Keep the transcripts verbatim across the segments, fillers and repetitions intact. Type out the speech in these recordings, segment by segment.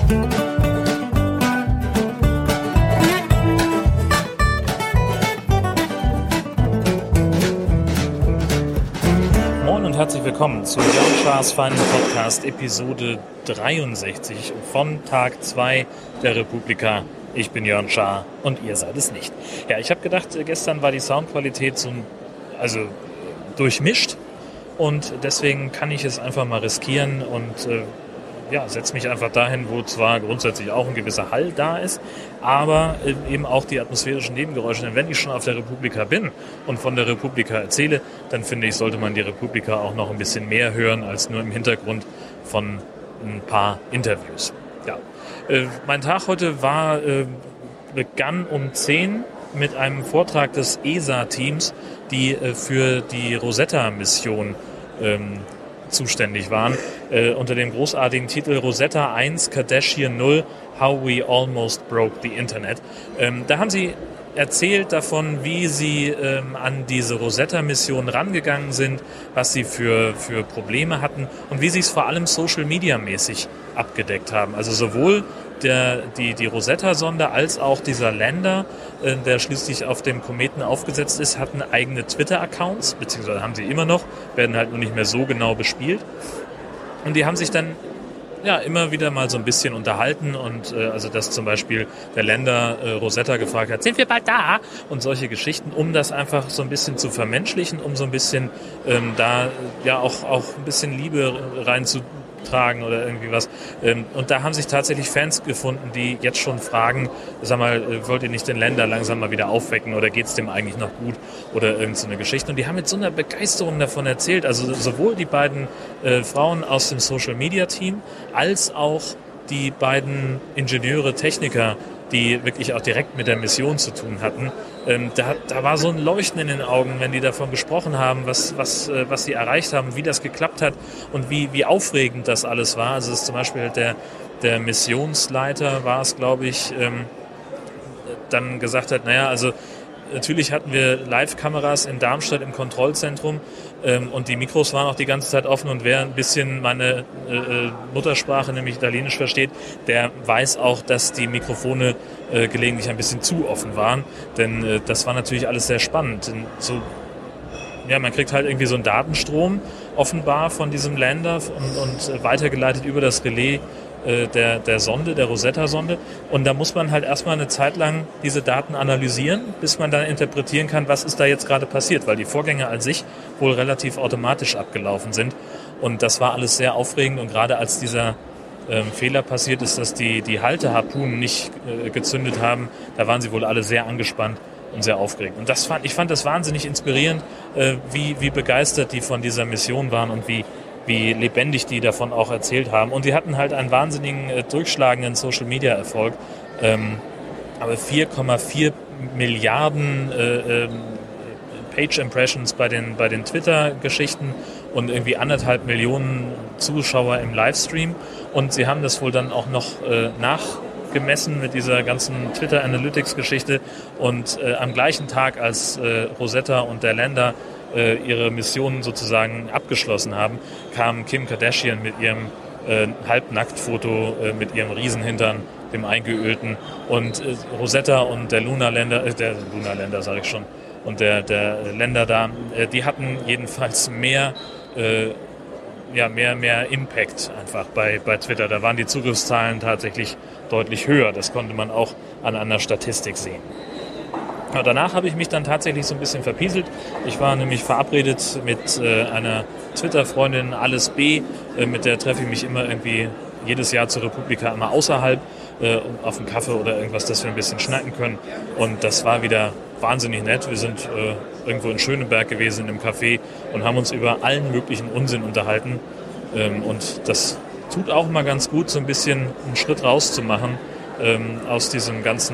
Herzlich willkommen zu Jörn Schars Final Podcast Episode dreiundsechzig von Tag zwei der Republika. Ich bin Jörn Schaar und ihr seid es nicht. Ja, ich habe gedacht, gestern war die Soundqualität so also durchmischt und deswegen kann ich es einfach mal riskieren und äh, ja, setze mich einfach dahin, wo zwar grundsätzlich auch ein gewisser Hall da ist, aber eben auch die atmosphärischen Nebengeräusche. Denn wenn ich schon auf der Republika bin und von der Republika erzähle, dann finde ich, sollte man die Republika auch noch ein bisschen mehr hören, als nur im Hintergrund von ein paar Interviews. Ja, äh, mein Tag heute war, äh, begann um zehn mit einem Vortrag des E S A-Teams, die äh, für die Rosetta-Mission ähm, zuständig waren, äh, unter dem großartigen Titel Rosetta eins Kardashian null, How We Almost Broke the Internet. Ähm, da haben sie erzählt davon, wie sie ähm, an diese Rosetta-Mission rangegangen sind, was sie für, für Probleme hatten und wie sie es vor allem Social-Media-mäßig abgedeckt haben. Also sowohl der, die, die Rosetta-Sonde als auch dieser Lander, äh, der schließlich auf dem Kometen aufgesetzt ist, hatten eigene Twitter-Accounts, beziehungsweise haben sie immer noch, werden halt nur nicht mehr so genau bespielt. Und die haben sich dann ja immer wieder mal so ein bisschen unterhalten und äh, also dass zum Beispiel der Lander äh, Rosetta gefragt hat, sind wir bald da? Und solche Geschichten, um das einfach so ein bisschen zu vermenschlichen, um so ein bisschen ähm, da ja auch, auch ein bisschen Liebe reinzutragen oder irgendwie was. Ähm, und da haben sich tatsächlich Fans gefunden, die jetzt schon fragen, sag mal, äh, wollt ihr nicht den Lander langsam mal wieder aufwecken oder geht's dem eigentlich noch gut oder irgend so eine Geschichte. Und die haben mit so einer Begeisterung davon erzählt, also sowohl die beiden äh, Frauen aus dem Social-Media-Team als auch die beiden Ingenieure, Techniker, die wirklich auch direkt mit der Mission zu tun hatten. Ähm, da, da war so ein Leuchten in den Augen, wenn die davon gesprochen haben, was, was, äh, was sie erreicht haben, wie das geklappt hat und wie, wie aufregend das alles war. Also das ist zum Beispiel der, der Missionsleiter war es, glaube ich, ähm, dann gesagt hat, naja, also natürlich hatten wir Live-Kameras in Darmstadt im Kontrollzentrum ähm, und die Mikros waren auch die ganze Zeit offen und wer ein bisschen meine äh, Muttersprache, nämlich Italienisch, versteht, der weiß auch, dass die Mikrofone äh, gelegentlich ein bisschen zu offen waren, denn äh, das war natürlich alles sehr spannend. Denn so, ja, man kriegt halt irgendwie so einen Datenstrom offenbar von diesem Lander und, und äh, weitergeleitet über das Relais Der, der Sonde, der Rosetta-Sonde. Und da muss man halt erstmal eine Zeit lang diese Daten analysieren, bis man dann interpretieren kann, was ist da jetzt gerade passiert, weil die Vorgänge an sich wohl relativ automatisch abgelaufen sind. Und das war alles sehr aufregend. Und gerade als dieser ähm, Fehler passiert ist, dass die, die Halteharpunen nicht äh, gezündet haben, da waren sie wohl alle sehr angespannt und sehr aufgeregt. Und das fand, ich fand das wahnsinnig inspirierend, äh, wie, wie begeistert die von dieser Mission waren und wie wie lebendig die davon auch erzählt haben. Und die hatten halt einen wahnsinnigen, äh, durchschlagenden Social-Media-Erfolg. Ähm, aber vier Komma vier Milliarden äh, äh, Page-Impressions bei den, bei den Twitter-Geschichten und irgendwie anderthalb Millionen Zuschauer im Livestream. Und sie haben das wohl dann auch noch äh, nachgemessen mit dieser ganzen Twitter-Analytics-Geschichte. Und äh, am gleichen Tag, als äh, Rosetta und der Lander ihre Mission sozusagen abgeschlossen haben, kam Kim Kardashian mit ihrem äh, Halbnacktfoto äh, mit ihrem Riesenhintern, dem eingeölten, und äh, Rosetta und der Lunar Lander, äh, der Lunar Lander sage ich schon, und der, der Lander da, äh, die hatten jedenfalls mehr, äh, ja, mehr, mehr Impact einfach bei, bei Twitter. Da waren die Zugriffszahlen tatsächlich deutlich höher. Das konnte man auch an einer Statistik sehen. Ja, danach habe ich mich dann tatsächlich so ein bisschen verpieselt. Ich war nämlich verabredet mit äh, einer Twitter-Freundin, Alice B., äh, mit der treffe ich mich immer irgendwie jedes Jahr zur Republika, immer außerhalb, äh, auf einen Kaffee oder irgendwas, dass wir ein bisschen schnacken können. Und das war wieder wahnsinnig nett. Wir sind äh, irgendwo in Schöneberg gewesen, im Café, und haben uns über allen möglichen Unsinn unterhalten. Ähm, und das tut auch mal ganz gut, so ein bisschen einen Schritt rauszumachen ähm, aus diesem ganzen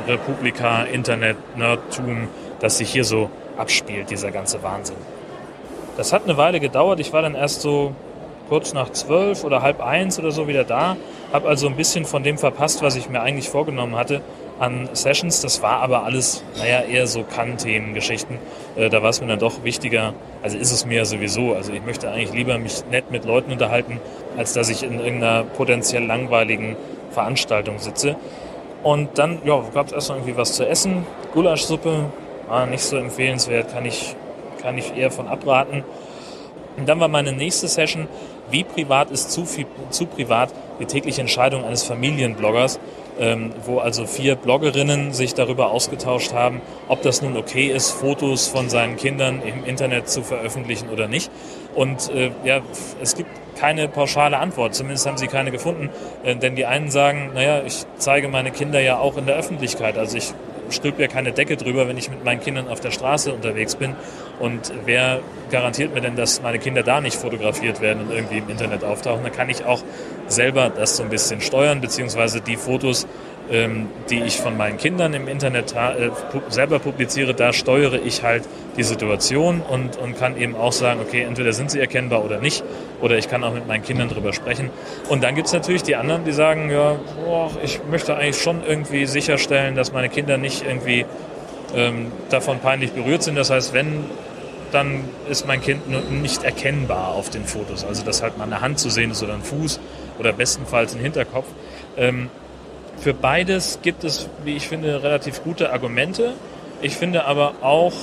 Republika-Internet-Nerdtum, das sich hier so abspielt, dieser ganze Wahnsinn. Das hat eine Weile gedauert. Ich war dann erst so kurz nach zwölf oder halb eins oder so wieder da, habe also ein bisschen von dem verpasst, was ich mir eigentlich vorgenommen hatte an Sessions. Das war aber alles, naja, eher so Kann-Themen-Geschichten. Äh, da war es mir dann doch wichtiger, also ist es mir ja sowieso, also ich möchte eigentlich lieber mich nett mit Leuten unterhalten, als dass ich in irgendeiner potenziell langweiligen Veranstaltung sitze. Und dann ja, gab es erstmal irgendwie was zu essen. Gulaschsuppe, war nicht so empfehlenswert, kann ich, kann ich eher von abraten. Und dann war meine nächste Session, wie privat ist zu, viel, zu privat die tägliche Entscheidung eines Familienbloggers, ähm, wo also vier Bloggerinnen sich darüber ausgetauscht haben, ob das nun okay ist, Fotos von seinen Kindern im Internet zu veröffentlichen oder nicht. Und äh, ja, es gibt keine pauschale Antwort, zumindest haben sie keine gefunden, äh, denn die einen sagen, naja, ich zeige meine Kinder ja auch in der Öffentlichkeit, also ich stülpe ja keine Decke drüber, wenn ich mit meinen Kindern auf der Straße unterwegs bin. Und wer garantiert mir denn, dass meine Kinder da nicht fotografiert werden und irgendwie im Internet auftauchen? Dann kann ich auch selber das so ein bisschen steuern, beziehungsweise die Fotos, ähm, die ich von meinen Kindern im Internet äh, pu- selber publiziere, da steuere ich halt die Situation und, und kann eben auch sagen, okay, entweder sind sie erkennbar oder nicht, oder ich kann auch mit meinen Kindern drüber sprechen. Und dann gibt es natürlich die anderen, die sagen, ja, boah, ich möchte eigentlich schon irgendwie sicherstellen, dass meine Kinder nicht irgendwie ähm, davon peinlich berührt sind. Das heißt, wenn, dann ist mein Kind nicht erkennbar auf den Fotos. Also, dass halt mal eine Hand zu sehen ist oder ein Fuß oder bestenfalls ein Hinterkopf. Ähm, für beides gibt es, wie ich finde, relativ gute Argumente. Ich finde aber auch,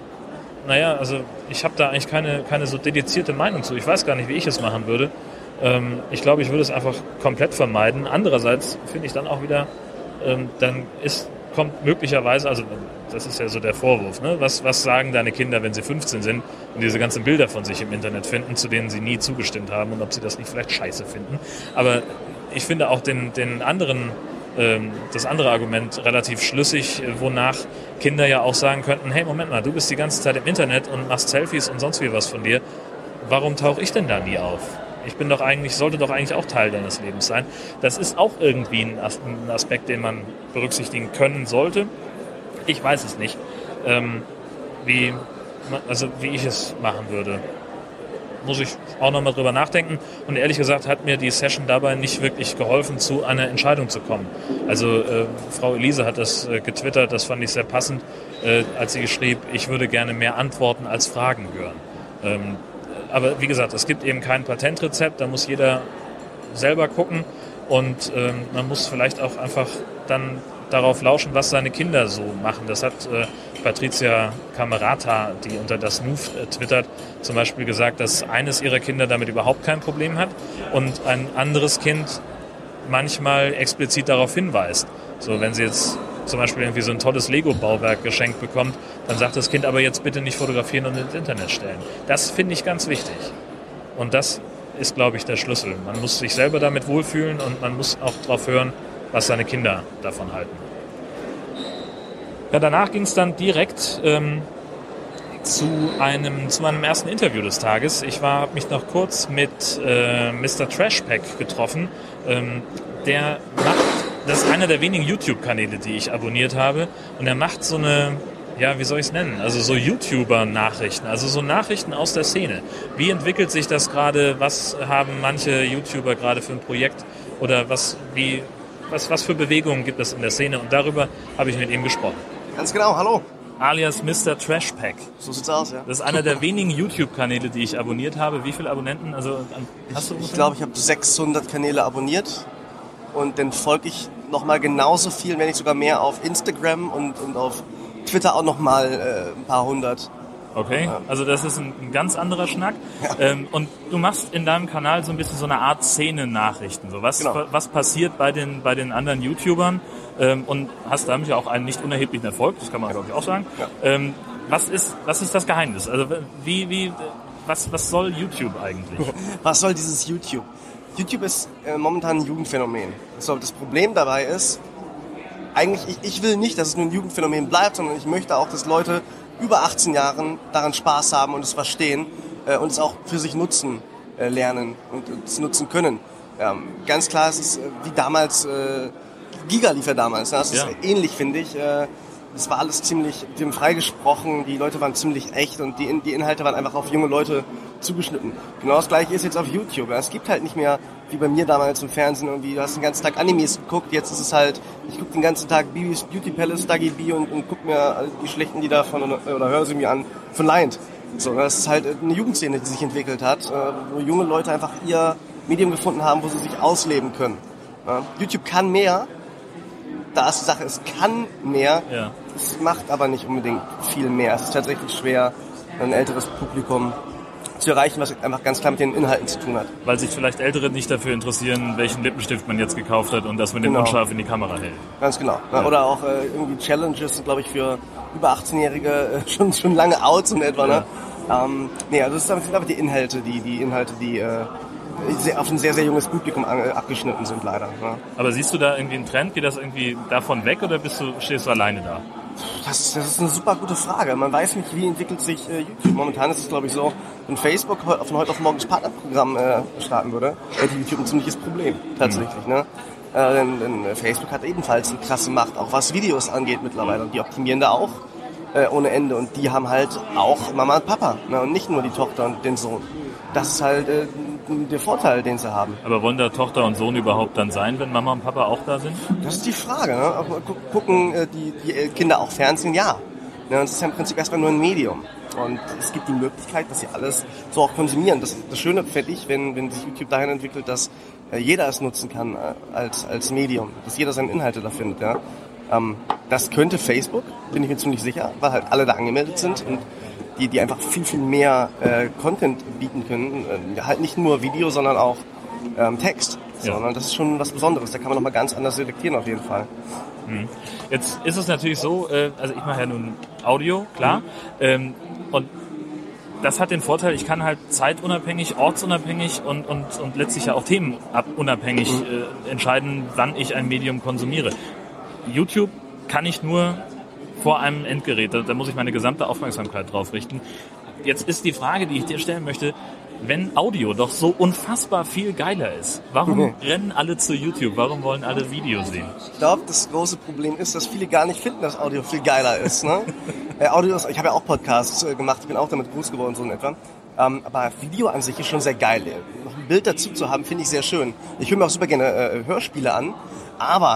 naja, also ich habe da eigentlich keine, keine so dedizierte Meinung zu. Ich weiß gar nicht, wie ich es machen würde. Ähm, ich glaube, ich würde es einfach komplett vermeiden. Andererseits finde ich dann auch wieder, ähm, dann ist, kommt möglicherweise, also das ist ja so der Vorwurf, ne? Was, was sagen deine Kinder, wenn sie fünfzehn sind und diese ganzen Bilder von sich im Internet finden, zu denen sie nie zugestimmt haben und ob sie das nicht vielleicht scheiße finden. Aber ich finde auch den, den anderen das andere Argument relativ schlüssig, wonach Kinder ja auch sagen könnten, hey, Moment mal, du bist die ganze Zeit im Internet und machst Selfies und sonst wie was von dir. Warum tauche ich denn da nie auf? Ich bin doch eigentlich, sollte doch eigentlich auch Teil deines Lebens sein. Das ist auch irgendwie ein Aspekt, den man berücksichtigen können sollte. Ich weiß es nicht, ähm, wie, also wie ich es machen würde. Muss ich auch nochmal drüber nachdenken. Und ehrlich gesagt hat mir die Session dabei nicht wirklich geholfen, zu einer Entscheidung zu kommen. Also äh, Frau Elise hat das äh, getwittert, das fand ich sehr passend, äh, als sie geschrieb, ich würde gerne mehr Antworten als Fragen hören. Ähm, aber wie gesagt, es gibt eben kein Patentrezept, da muss jeder selber gucken und ähm, man muss vielleicht auch einfach dann darauf lauschen, was seine Kinder so machen. Das hat äh, Patricia Camerata, die unter das Move äh, twittert, zum Beispiel gesagt, dass eines ihrer Kinder damit überhaupt kein Problem hat und ein anderes Kind manchmal explizit darauf hinweist. So, wenn sie jetzt zum Beispiel irgendwie so ein tolles Lego-Bauwerk geschenkt bekommt, dann sagt das Kind aber jetzt bitte nicht fotografieren und ins Internet stellen. Das finde ich ganz wichtig. Und das ist, glaube ich, der Schlüssel. Man muss sich selber damit wohlfühlen und man muss auch darauf hören, was seine Kinder davon halten. Ja, danach ging es dann direkt ähm, zu einem zu meinem ersten Interview des Tages. Ich habe mich noch kurz mit äh, Mister Trashpack getroffen. Ähm, der macht, das ist einer der wenigen YouTube-Kanäle, die ich abonniert habe. Und er macht so eine, ja, wie soll ich es nennen? Also so YouTuber-Nachrichten, also so Nachrichten aus der Szene. Wie entwickelt sich das gerade? Was haben manche YouTuber gerade für ein Projekt? Oder was, wie, was, was für Bewegungen gibt es in der Szene? Und darüber habe ich mit ihm gesprochen. Ganz genau, hallo. Alias Mister Trashpack. So sieht's aus, ja. Das ist einer der wenigen YouTube-Kanäle, die ich abonniert habe. Wie viele Abonnenten? Also hast du Ich, ich glaube, ich habe sechshundert Kanäle abonniert und dann folge ich nochmal genauso viel, wenn nicht sogar mehr, auf Instagram und, und auf Twitter auch nochmal äh, ein paar hundert. Okay, also das ist ein, ein ganz anderer Schnack. Ja. Ähm, und du machst in deinem Kanal so ein bisschen so eine Art Szenen-Nachrichten. So was, genau. was passiert bei den, bei den anderen YouTubern? Ähm, und hast damit ja auch einen nicht unerheblichen Erfolg, das kann man, glaube ich, auch sagen. Ja. Ähm, was ist, was ist das Geheimnis? Also wie, wie, was, was soll YouTube eigentlich? Was soll dieses YouTube? YouTube ist äh, momentan ein Jugendphänomen. So, das Problem dabei ist, eigentlich, ich, ich will nicht, dass es nur ein Jugendphänomen bleibt, sondern ich möchte auch, dass Leute über achtzehn Jahren daran Spaß haben und es verstehen äh, und es auch für sich nutzen äh, lernen und es nutzen können. Ähm, ganz klar ist es äh, wie damals, äh, Giga lief ja damals, ne? Das ist ja ähnlich, finde ich. Äh, das war alles ziemlich dem freigesprochen, die Leute waren ziemlich echt und die, die Inhalte waren einfach auf junge Leute zugeschnitten. Genau das gleiche ist jetzt auf YouTube. Es gibt halt nicht mehr, wie bei mir damals im Fernsehen, irgendwie, du hast den ganzen Tag Animes geguckt, jetzt ist es halt, ich gucke den ganzen Tag Bibis Beauty Palace, Dagi B und, und guck mir die schlechten Lieder von, oder, oder höre sie mir an, von Liant. So, das ist halt eine Jugendszene, die sich entwickelt hat, wo junge Leute einfach ihr Medium gefunden haben, wo sie sich ausleben können. Ja? YouTube kann mehr, da ist die Sache, es kann mehr, ja. es macht aber nicht unbedingt viel mehr. Es ist tatsächlich schwer, ein älteres Publikum zu erreichen, was einfach ganz klar mit den Inhalten zu tun hat. Weil sich vielleicht Ältere nicht dafür interessieren, welchen Lippenstift man jetzt gekauft hat und dass man den Genau. unscharf in die Kamera hält. Ganz genau. Ja. Oder auch äh, irgendwie Challenges sind, glaube ich, für über achtzehnjährige äh, schon schon lange out so in etwa. Ne? Ja. Ähm, nee, also das sind einfach die Inhalte, die die Inhalte, die äh, sehr, auf ein sehr, sehr junges Publikum an, äh, abgeschnitten sind, leider. Ne? Aber siehst du da irgendwie einen Trend? Geht das irgendwie davon weg oder bist du, stehst du alleine da? Das ist, das ist eine super gute Frage. Man weiß nicht, wie entwickelt sich äh, YouTube. Momentan ist es, glaube ich, so, wenn Facebook von heute auf morgen das Partnerprogramm äh, starten würde, hätte YouTube ein ziemliches Problem, tatsächlich. Mhm. Ne? Äh, denn, denn Facebook hat ebenfalls eine krasse Macht, auch was Videos angeht mittlerweile. Und die optimieren da auch äh, ohne Ende. Und die haben halt auch Mama und Papa, ne? Und nicht nur die Tochter und den Sohn. Das ist halt äh, der Vorteil, den sie haben. Aber wollen da Tochter und Sohn überhaupt dann sein, wenn Mama und Papa auch da sind? Das ist die Frage. Ne? Gucken äh, die, die Kinder auch Fernsehen? Ja. Ne? Und es ist ja im Prinzip erstmal nur ein Medium. Und es gibt die Möglichkeit, dass sie alles so auch konsumieren. Das, das Schöne finde ich, wenn, wenn sich YouTube dahin entwickelt, dass äh, jeder es nutzen kann äh, als, als Medium. Dass jeder seine Inhalte da findet. Ja? Ähm, das könnte Facebook, bin ich mir ziemlich sicher, weil halt alle da angemeldet sind und die, die einfach viel, viel mehr äh, Content bieten können. Äh, halt nicht nur Video, sondern auch ähm, Text. Ja. Sondern das ist schon was Besonderes. Da kann man nochmal ganz anders selektieren auf jeden Fall. Mhm. Jetzt ist es natürlich so, äh, also ich mache ja nun Audio, klar. Mhm. Ähm, und das hat den Vorteil, ich kann halt zeitunabhängig, ortsunabhängig und, und, und letztlich ja auch themenunabhängig mhm. äh, entscheiden, wann ich ein Medium konsumiere. YouTube kann ich nur vor einem Endgerät. Da, da muss ich meine gesamte Aufmerksamkeit drauf richten. Jetzt ist die Frage, die ich dir stellen möchte, wenn Audio doch so unfassbar viel geiler ist, warum mhm. rennen alle zu YouTube? Warum wollen alle Video sehen? Ich glaube, das große Problem ist, dass viele gar nicht finden, dass Audio viel geiler ist. Ne? äh, Audio ist, ich habe ja auch Podcasts äh, gemacht, ich bin auch damit groß geworden, so in etwa. Ähm, aber Video an sich ist schon sehr geil. Noch ein Bild dazu zu haben, finde ich sehr schön. Ich höre mir auch super gerne äh, Hörspiele an, aber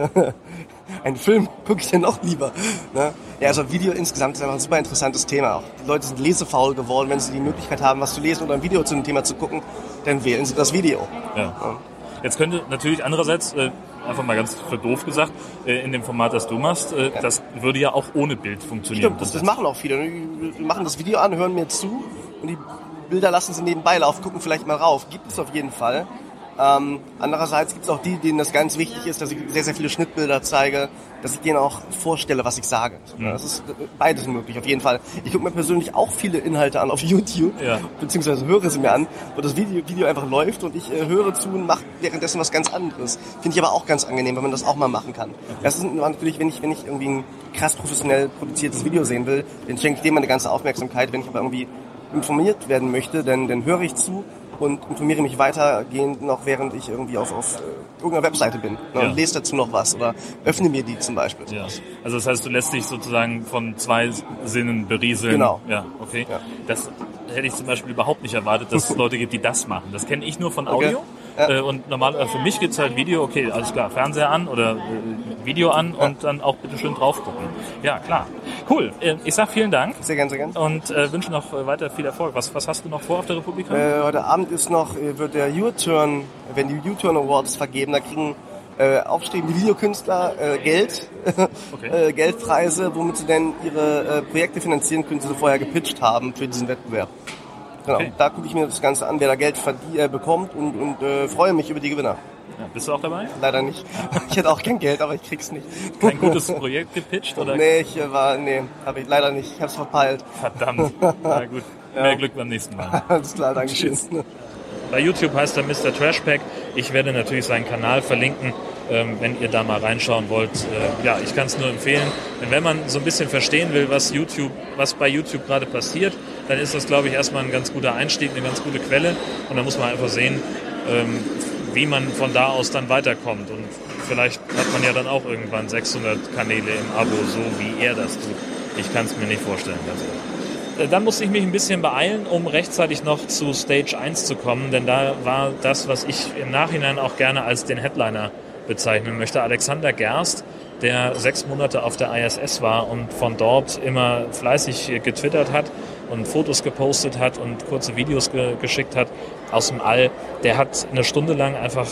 einen Film gucke ich dann noch lieber. Ne? Ja, also Video insgesamt ist einfach ein super interessantes Thema. Auch die Leute sind lesefaul geworden. Wenn sie die Möglichkeit haben, was zu lesen oder ein Video zu dem Thema zu gucken, dann wählen sie das Video. Ja. Ja. Jetzt könnte natürlich andererseits, äh, einfach mal ganz für doof gesagt, äh, in dem Format, das du machst, äh, ja. das würde ja auch ohne Bild funktionieren. Stimmt, das, das machen auch viele. Die machen das Video an, hören mir zu und die Bilder lassen sie nebenbei laufen, gucken vielleicht mal rauf. Gibt es auf jeden Fall. Ähm, andererseits gibt es auch die, denen das ganz wichtig ist, dass ich sehr, sehr viele Schnittbilder zeige, dass ich denen auch vorstelle, was ich sage. Mhm. Das ist beides möglich, auf jeden Fall. Ich gucke mir persönlich auch viele Inhalte an auf YouTube, ja. beziehungsweise höre sie mir an, wo das Video, Video einfach läuft und ich äh, höre zu und mache währenddessen was ganz anderes. Finde ich aber auch ganz angenehm, wenn man das auch mal machen kann. Okay. Das ist natürlich, wenn ich, wenn ich irgendwie ein krass professionell produziertes Video sehen will, dann schenke ich dem meine ganze Aufmerksamkeit. Wenn ich aber irgendwie informiert werden möchte, dann, dann höre ich zu und informiere mich weitergehend noch, während ich irgendwie auf, auf irgendeiner Webseite bin. Ne, ja. Und lese dazu noch was oder öffne mir die zum Beispiel. Ja. Also das heißt, du lässt dich sozusagen von zwei Sinnen berieseln. Genau. Ja, okay. Ja. Das hätte ich zum Beispiel überhaupt nicht erwartet, dass es Leute gibt, die das machen. Das kenne ich nur von Audio. Okay. Ja. Und normal, für mich gibt's halt Video, okay, alles klar, Fernseher an oder Video an ja. und dann auch bitte schön drauf gucken. Ja, klar. Cool. Ich sag vielen Dank. Sehr gern, sehr gern. Und äh, wünsche noch weiter viel Erfolg. Was, was hast du noch vor auf der Republika? Äh, heute Abend ist noch, wird der U-Turn, wenn die U-Turn Awards vergeben, da kriegen äh, aufstrebende Videokünstler äh, Geld, okay. äh, Geldpreise, womit sie denn ihre äh, Projekte finanzieren können, die sie vorher gepitcht haben für diesen Wettbewerb. Genau, okay. Da gucke ich mir das Ganze an, wer da Geld verdient, äh, bekommt und, und äh, freue mich über die Gewinner. Ja, bist du auch dabei? Leider nicht. Ich hätte auch kein Geld, aber ich krieg's nicht. Kein gutes Projekt gepitcht, oder? Nee, ich äh, war, nee, habe ich leider nicht. Ich hab's verpeilt. Verdammt. Na gut. Ja. Mehr Glück beim nächsten Mal. Alles klar, danke schön. Bei YouTube heißt er Mister Trashpack. Ich werde natürlich seinen Kanal verlinken, ähm, wenn ihr da mal reinschauen wollt. Äh, ja, ich kann es nur empfehlen. Denn wenn man so ein bisschen verstehen will, was YouTube, was bei YouTube gerade passiert, dann ist das, glaube ich, erstmal ein ganz guter Einstieg, eine ganz gute Quelle. Und da muss man einfach sehen, ähm, wie man von da aus dann weiterkommt. Und vielleicht hat man ja dann auch irgendwann sechshundert Kanäle im Abo, so wie er das tut. Ich kann es mir nicht vorstellen. Also. Dann musste ich mich ein bisschen beeilen, um rechtzeitig noch zu Stage eins zu kommen, denn da war das, was ich im Nachhinein auch gerne als den Headliner bezeichnen möchte. Alexander Gerst, der sechs Monate auf der I S S war und von dort immer fleißig getwittert hat und Fotos gepostet hat und kurze Videos ge- geschickt hat aus dem All, der hat eine Stunde lang einfach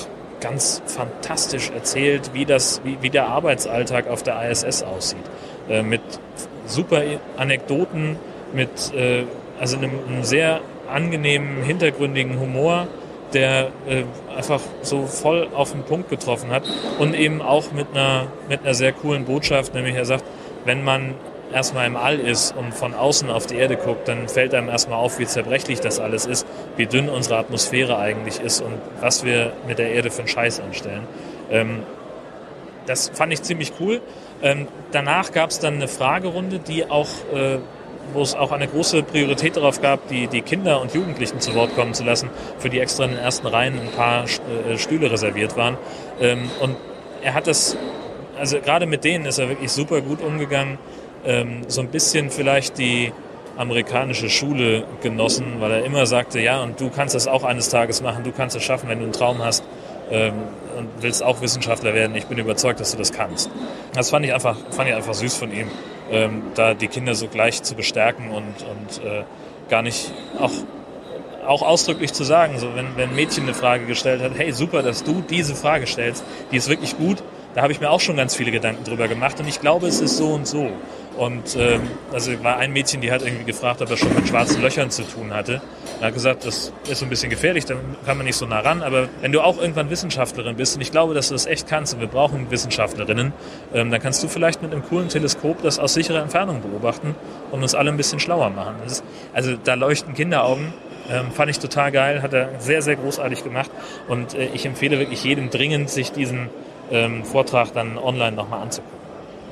ganz fantastisch erzählt, wie das, wie, wie der Arbeitsalltag auf der I S S aussieht. Äh, mit super Anekdoten, mit äh, also einem, einem sehr angenehmen, hintergründigen Humor, der äh, einfach so voll auf den Punkt getroffen hat und eben auch mit einer, mit einer sehr coolen Botschaft, nämlich er sagt, wenn man erstmal im All ist und von außen auf die Erde guckt, dann fällt einem erstmal auf, wie zerbrechlich das alles ist, wie dünn unsere Atmosphäre eigentlich ist und was wir mit der Erde für einen Scheiß anstellen. Ähm, das fand ich ziemlich cool. Ähm, danach gab es dann eine Fragerunde, die auch äh, wo es auch eine große Priorität darauf gab, die, die Kinder und Jugendlichen zu Wort kommen zu lassen, für die extra in den ersten Reihen ein paar Stühle reserviert waren. Und er hat das, also gerade mit denen ist er wirklich super gut umgegangen, so ein bisschen vielleicht die amerikanische Schule genossen, weil er immer sagte, ja, und du kannst das auch eines Tages machen, du kannst es schaffen, wenn du einen Traum hast und willst auch Wissenschaftler werden. Ich bin überzeugt, dass du das kannst. Das fand ich einfach, fand ich einfach süß von ihm. Ähm, da die Kinder so gleich zu bestärken und, und äh, gar nicht auch, auch ausdrücklich zu sagen, so wenn, wenn ein Mädchen eine Frage gestellt hat, hey, super, dass du diese Frage stellst, die ist wirklich gut, da habe ich mir auch schon ganz viele Gedanken drüber gemacht und ich glaube, es ist so und so. Und ähm, also war ein Mädchen, die hat irgendwie gefragt, ob er schon mit schwarzen Löchern zu tun hatte. Er hat gesagt, das ist so ein bisschen gefährlich, dann kann man nicht so nah ran. Aber wenn du auch irgendwann Wissenschaftlerin bist, und ich glaube, dass du das echt kannst, und wir brauchen Wissenschaftlerinnen, ähm, dann kannst du vielleicht mit einem coolen Teleskop das aus sicherer Entfernung beobachten und uns alle ein bisschen schlauer machen. Das ist, also da leuchten Kinderaugen. Ähm, fand ich total geil, hat er sehr, sehr großartig gemacht. Und äh, ich empfehle wirklich jedem dringend, sich diesen ähm, Vortrag dann online nochmal anzugucken.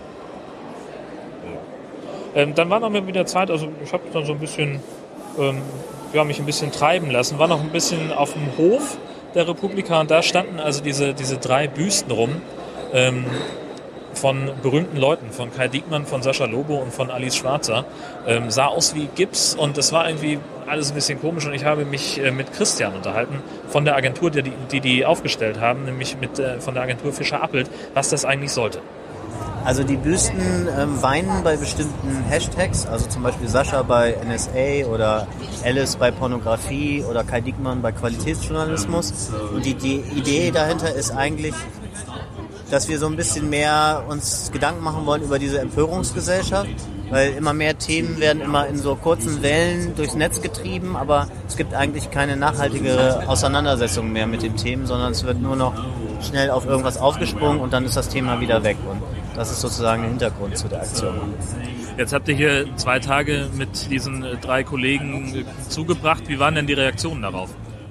Ähm, dann war noch mal wieder Zeit, also ich habe dann so ein bisschen, ähm, ja, mich ein bisschen treiben lassen, war noch ein bisschen auf dem Hof der Republika und da standen also diese, diese drei Büsten rum ähm, von berühmten Leuten, von Kai Diekmann, von Sascha Lobo und von Alice Schwarzer. Ähm, sah aus wie Gips und das war irgendwie alles ein bisschen komisch und ich habe mich äh, mit Christian unterhalten von der Agentur, die die, die aufgestellt haben, nämlich mit äh, von der Agentur Fischer-Appelt, was das eigentlich sollte. Also die Büsten ähm, weinen bei bestimmten Hashtags, also zum Beispiel Sascha bei N S A oder Alice bei Pornografie oder Kai Diekmann bei Qualitätsjournalismus. Und die, die Idee dahinter ist eigentlich, dass wir so ein bisschen mehr uns Gedanken machen wollen über diese Empörungsgesellschaft, weil immer mehr Themen werden immer in so kurzen Wellen durchs Netz getrieben, aber es gibt eigentlich keine nachhaltigere Auseinandersetzung mehr mit den Themen, sondern es wird nur noch schnell auf irgendwas aufgesprungen und dann ist das Thema wieder weg. Und das ist sozusagen der Hintergrund zu der Aktion. Jetzt habt ihr hier zwei Tage mit diesen drei Kollegen zugebracht. Wie waren denn die Reaktionen darauf?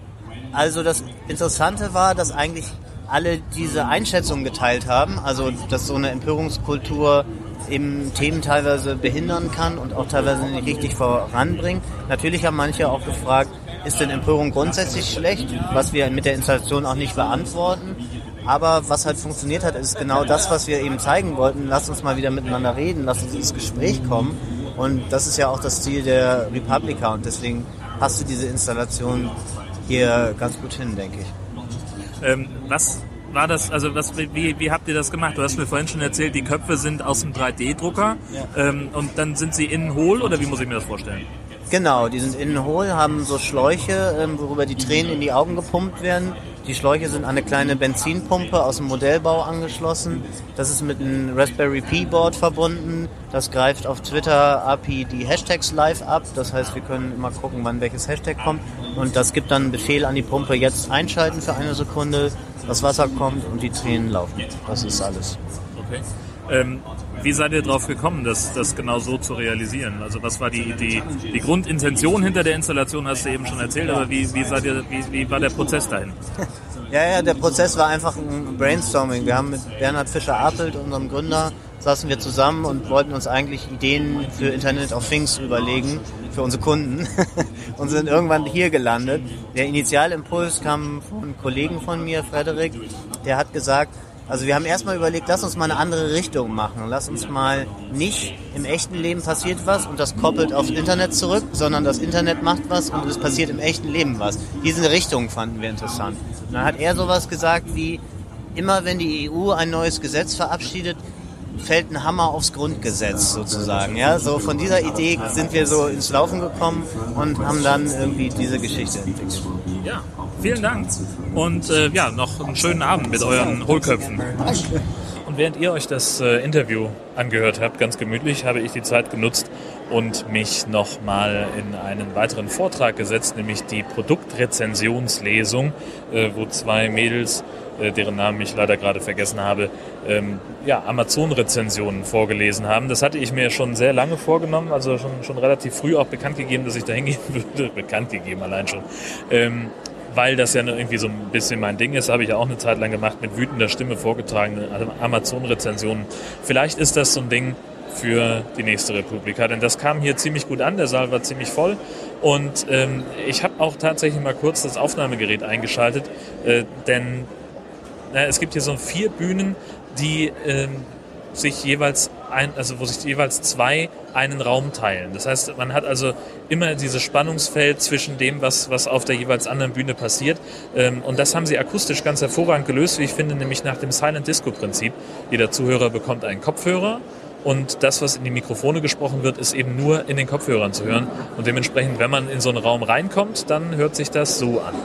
Also das Interessante war, dass eigentlich alle diese Einschätzungen geteilt haben, also dass so eine Empörungskultur eben Themen teilweise behindern kann und auch teilweise nicht richtig voranbringt. Natürlich haben manche auch gefragt, ist denn Empörung grundsätzlich schlecht, was wir mit der Installation auch nicht beantworten. Aber was halt funktioniert hat, ist genau das, was wir eben zeigen wollten. Lasst uns mal wieder miteinander reden, lasst uns ins Gespräch kommen. Und das ist ja auch das Ziel der Republika und deswegen passte diese Installation hier ganz gut hin, denke ich. Ähm, was war das, also was, wie, wie habt ihr das gemacht? Du hast mir vorhin schon erzählt, die Köpfe sind aus dem drei D Drucker ja. ähm, und dann sind sie innen hohl oder wie muss ich mir das vorstellen? Genau, die sind innen hohl, haben so Schläuche, ähm, worüber die Tränen in die Augen gepumpt werden. Die Schläuche sind an eine kleine Benzinpumpe aus dem Modellbau angeschlossen. Das ist mit einem Raspberry Pi Board verbunden. Das greift auf Twitter A P I die Hashtags live ab. Das heißt, wir können immer gucken, wann welches Hashtag kommt. Und das gibt dann einen Befehl an die Pumpe, jetzt einschalten für eine Sekunde. Das Wasser kommt und die Tränen laufen. Das ist alles. Okay. Ähm, wie seid ihr drauf gekommen, das, das genau so zu realisieren? Also was war die, die, die Grundintention hinter der Installation, hast du eben schon erzählt, aber wie, wie, seid ihr, wie, wie war der Prozess dahin? Ja, ja, der Prozess war einfach ein Brainstorming. Wir haben mit Bernhard Fischer-Appelt, unserem Gründer, saßen wir zusammen und wollten uns eigentlich Ideen für Internet of Things überlegen, für unsere Kunden und sind irgendwann hier gelandet. Der Initialimpuls kam von einem Kollegen von mir, Frederik, der hat gesagt, also wir haben erstmal überlegt, lass uns mal eine andere Richtung machen. Lass uns mal nicht im echten Leben passiert was und das koppelt aufs Internet zurück, sondern das Internet macht was und es passiert im echten Leben was. Diese Richtung fanden wir interessant. Und dann hat er sowas gesagt wie, immer wenn die E U ein neues Gesetz verabschiedet, fällt ein Hammer aufs Grundgesetz sozusagen. Ja, so von dieser Idee sind wir so ins Laufen gekommen und haben dann irgendwie diese Geschichte entwickelt. Ja, vielen Dank und äh, ja, noch einen schönen Abend mit euren Hohlköpfen. Und während ihr euch das äh, Interview angehört habt, ganz gemütlich, habe ich die Zeit genutzt und mich nochmal in einen weiteren Vortrag gesetzt, nämlich die Produktrezensionslesung, äh, wo zwei Mädels, äh, deren Namen ich leider gerade vergessen habe, ähm, ja, Amazon-Rezensionen vorgelesen haben. Das hatte ich mir schon sehr lange vorgenommen, also schon, schon relativ früh auch bekannt gegeben, dass ich da hingehen würde. Bekannt gegeben allein schon. Ähm, weil das ja irgendwie so ein bisschen mein Ding ist, habe ich ja auch eine Zeit lang gemacht, mit wütender Stimme vorgetragene Amazon-Rezensionen. Vielleicht ist das so ein Ding für die nächste Republika, denn das kam hier ziemlich gut an, der Saal war ziemlich voll und ähm, ich habe auch tatsächlich mal kurz das Aufnahmegerät eingeschaltet, äh, denn äh, es gibt hier so vier Bühnen, die äh, sich jeweils ein, also wo sich jeweils zwei einen Raum teilen. Das heißt, man hat also immer dieses Spannungsfeld zwischen dem, was, was auf der jeweils anderen Bühne passiert. Ähm, und das haben sie akustisch ganz hervorragend gelöst, wie ich finde, nämlich nach dem Silent Disco Prinzip. Jeder Zuhörer bekommt einen Kopfhörer und das, was in die Mikrofone gesprochen wird, ist eben nur in den Kopfhörern zu hören. Und dementsprechend, wenn man in so einen Raum reinkommt, dann hört sich das so an.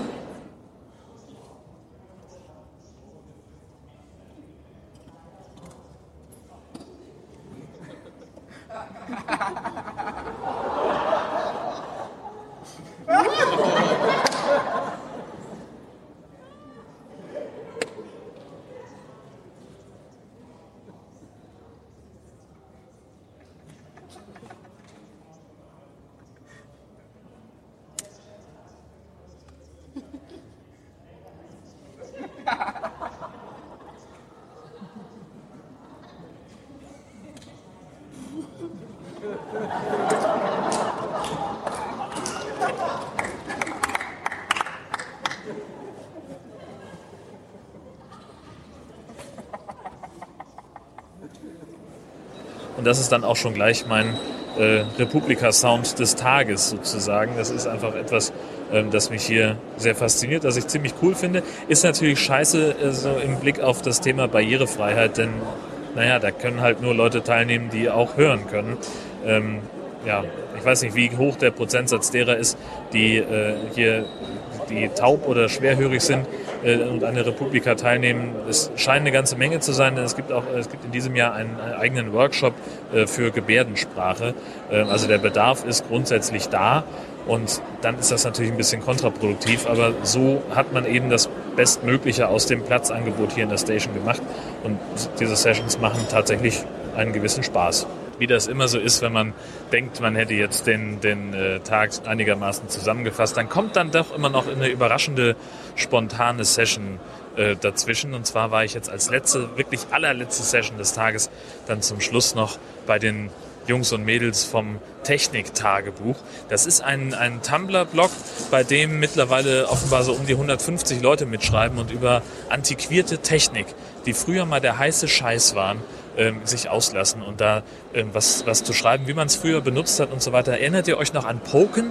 Und das ist dann auch schon gleich mein äh, Republika-Sound des Tages sozusagen. Das ist einfach etwas, ähm, das mich hier sehr fasziniert, das ich ziemlich cool finde. Ist natürlich scheiße äh, so im Blick auf das Thema Barrierefreiheit, denn naja, da können halt nur Leute teilnehmen, die auch hören können. Ähm, ja, ich weiß nicht, wie hoch der Prozentsatz derer ist, die äh, hier die taub oder schwerhörig sind äh, und an der Republika teilnehmen. Es scheint eine ganze Menge zu sein, denn es gibt auch es gibt in diesem Jahr einen, einen eigenen Workshop äh, für Gebärdensprache. Äh, also der Bedarf ist grundsätzlich da und dann ist das natürlich ein bisschen kontraproduktiv, aber so hat man eben das Bestmögliche aus dem Platzangebot hier in der Station gemacht und diese Sessions machen tatsächlich einen gewissen Spaß. Wie das immer so ist, wenn man denkt, man hätte jetzt den, den äh, Tag einigermaßen zusammengefasst, dann kommt dann doch immer noch eine überraschende, spontane Session äh, dazwischen. Und zwar war ich jetzt als letzte, wirklich allerletzte Session des Tages dann zum Schluss noch bei den Jungs und Mädels vom Technik-Tagebuch. Das ist ein, ein Tumblr-Blog, bei dem mittlerweile offenbar so um die hundertfünfzig Leute mitschreiben und über antiquierte Technik, die früher mal der heiße Scheiß waren, ähm, sich auslassen und da ähm, was, was zu schreiben, wie man es früher benutzt hat und so weiter. Erinnert ihr euch noch an Poken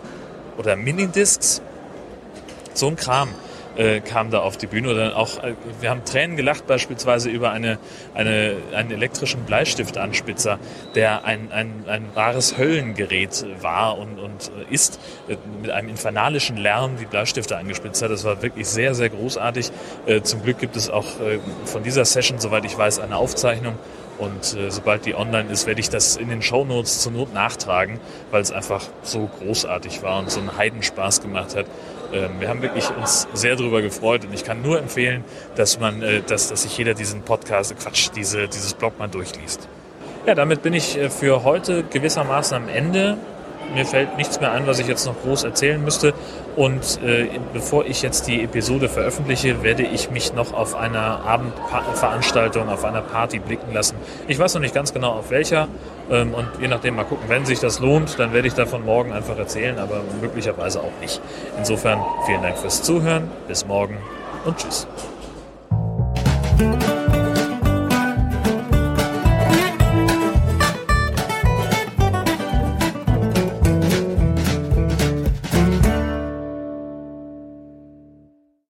oder Minidiscs? So ein Kram äh, kam da auf die Bühne. Oder auch, äh, wir haben Tränen gelacht beispielsweise über eine, eine, einen elektrischen Bleistiftanspitzer, der ein, ein, ein wahres Höllengerät war und, und äh, ist, äh, mit einem infernalischen Lärm die Bleistifte angespitzt hat. Das war wirklich sehr, sehr großartig. Äh, zum Glück gibt es auch äh, von dieser Session, soweit ich weiß, eine Aufzeichnung. Und äh, sobald die online ist, werde ich das in den Shownotes zur Not nachtragen, weil es einfach so großartig war und so einen Heidenspaß gemacht hat. Ähm, wir haben wirklich uns sehr darüber gefreut und ich kann nur empfehlen, dass man, äh, dass, dass sich jeder diesen Podcast, Quatsch, diese, dieses Blog mal durchliest. Ja, damit bin ich äh, für heute gewissermaßen am Ende. Mir fällt nichts mehr ein, was ich jetzt noch groß erzählen müsste. Und äh, bevor ich jetzt die Episode veröffentliche, werde ich mich noch auf einer Abendveranstaltung, auf einer Party blicken lassen. Ich weiß noch nicht ganz genau auf welcher. Ähm, und je nachdem mal gucken, wenn sich das lohnt, dann werde ich davon morgen einfach erzählen, aber möglicherweise auch nicht. Insofern vielen Dank fürs Zuhören. Bis morgen und tschüss.